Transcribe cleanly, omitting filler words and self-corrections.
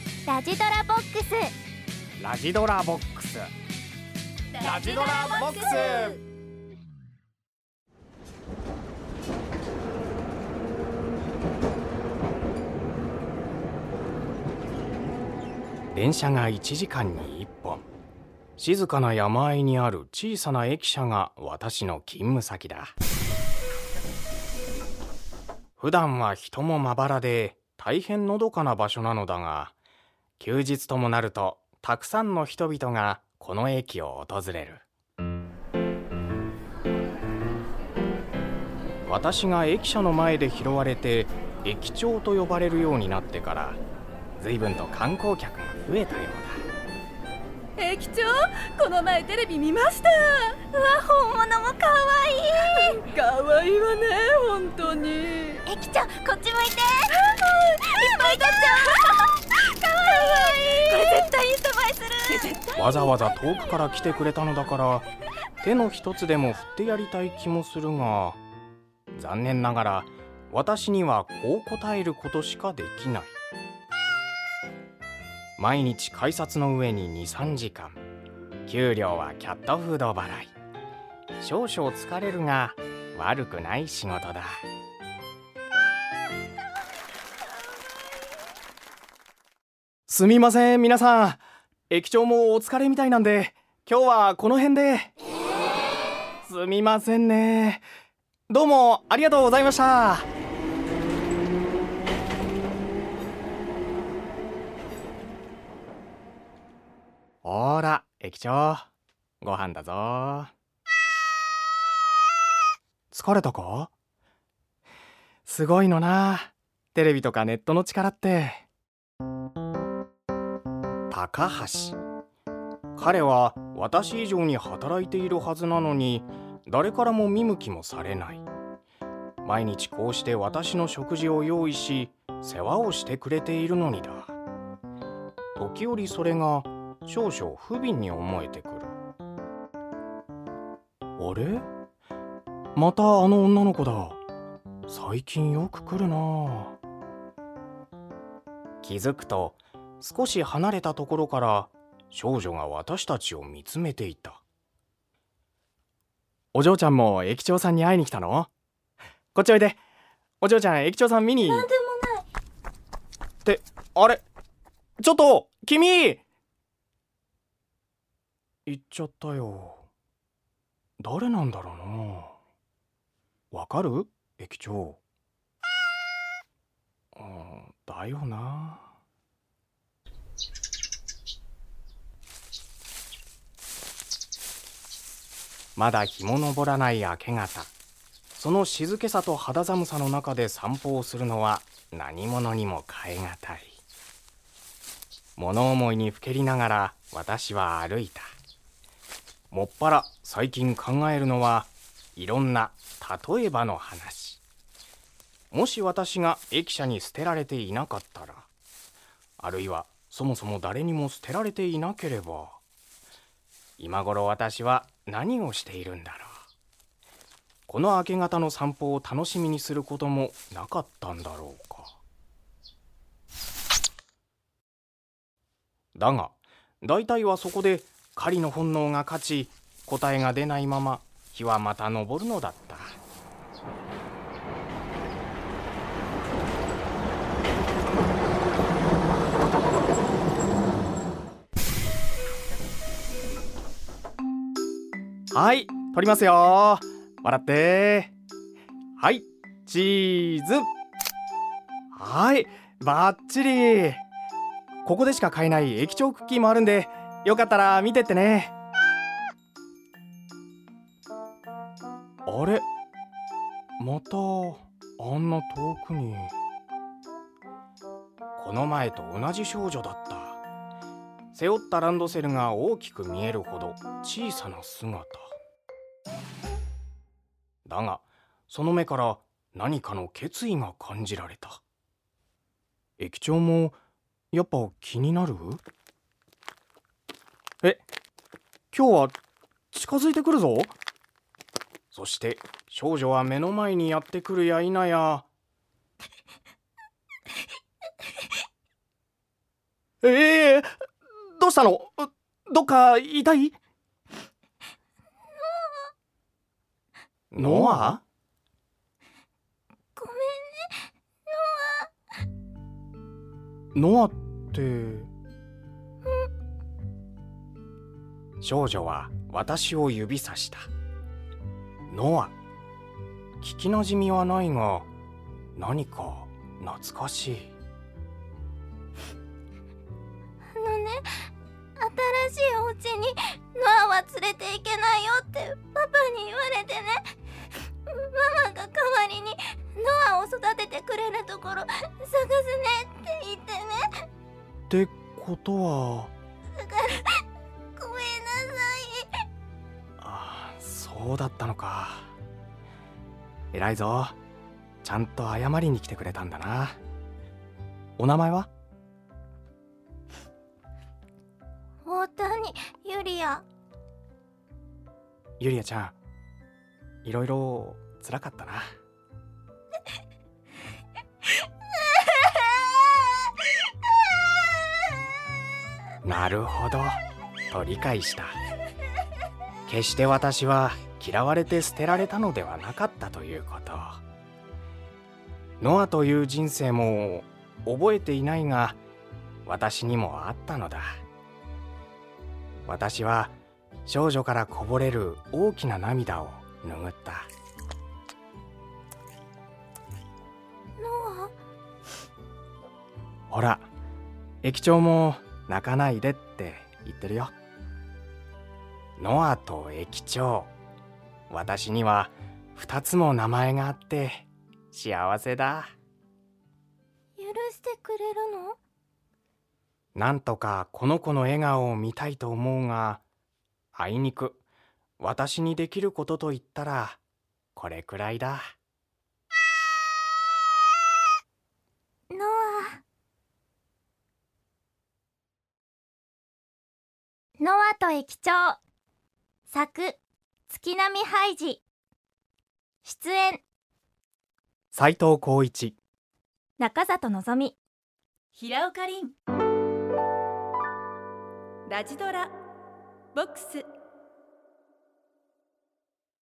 ラジドラボックス。 ラジドラボックス。ラジドラボックス。電車が1時間に1本。静かな山あいにある小さな駅舎が私の勤務先だ。普段は人もまばらで大変のどかな場所なのだが、休日ともなるとたくさんの人々がこの駅を訪れる。私が駅舎の前で拾われて駅長と呼ばれるようになってから随分と観光客が増えたようだ。 駅長、この前テレビ見ました。 うわ、本物もかわいい。 かわいいわね、本当に。 駅長、こっち向いて。いっぱい撮っちゃう。かわいい。これ絶対インスタ映えする。 わざわざ遠くから来てくれたのだから手の一つでも振ってやりたい気もするが、残念ながら私にはこう答えることしかできない。毎日改札の上に 2,3 時間、給料はキャットフード払い。少々疲れるが悪くない仕事だ。すみません皆さん、駅長もお疲れみたいなんで今日はこの辺で。すみませんね。どうもありがとうございました。ほら駅長、ご飯だぞ。疲れたか？すごいのな、テレビとかネットの力って。高橋、彼は私以上に働いているはずなのに誰からも見向きもされない。毎日こうして私の食事を用意し世話をしてくれているのにだ。時折それが少々不憫に思えてくる。あれ？またあの女の子だ。最近よく来るな。気づくと少し離れたところから少女が私たちを見つめていた。お嬢ちゃんも駅長さんに会いに来たの？こっちおいで。お嬢ちゃん、駅長さん見に。 なんでもない。 って、あれ？ちょっと君！行っちゃったよ。誰なんだろうな。わかる？駅長。だよな。まだ日も昇らない明け方、その静けさと肌寒さの中で散歩をするのは何者にも代えがたい。物思いにふけりながら私は歩いた。もっぱら最近考えるのはいろんな例えばの話。もし私が駅舎に捨てられていなかったら、あるいはそもそも誰にも捨てられていなければ、今頃私は何をしているんだろう。この明け方の散歩を楽しみにすることもなかったんだろうか。だが大体はそこで狩りの本能が勝ち、答えが出ないまま日はまた昇るのだった。はい、撮りますよ。笑って。はい、チーズ。はい、バッチリ。ここでしか買えない駅長クッキーもあるんで、よかったら見てってね。あれ、またあんな遠くに。この前と同じ少女だった。背負ったランドセルが大きく見えるほど小さな姿だが、その目から何かの決意が感じられた。駅長もやっぱ気になる？今日は近づいてくるぞ。そして少女は目の前にやってくるや否やどうしたの？どっか痛い？ノア？ ごめんね、 ノアって。少女は私を指さした。ノア。聞きなじみはないが、何か懐かしい。 新しいお家にノアは連れて行けないよってパパに言われてね。ママが代わりにノアを育ててくれるところ探すねって言ってね。 ってことは。 だからごめんなさい。 ああ、そうだったのか。偉いぞ。ちゃんと謝りに来てくれたんだな。お名前は？ 大谷ユリア。 ユリアちゃん、いろいろ辛かったな。なるほど、と理解した。決して私は嫌われて捨てられたのではなかったということ。ノアという人生も覚えていないが、私にもあったのだ。私は少女からこぼれる大きな涙を拭った。 ノア？ ほら、駅長も泣かないでって言ってるよ。ノアと駅長、私には2つも名前があって幸せだ。 許してくれるの？ なんとかこの子の笑顔を見たいと思うが、あいにく私にできることと言ったらこれくらいだ。 ノア。ノアと駅長。作、月並ハイジ。出演、 斉藤浩一、 中里のぞみ、 平岡凛。ラジドラボックス。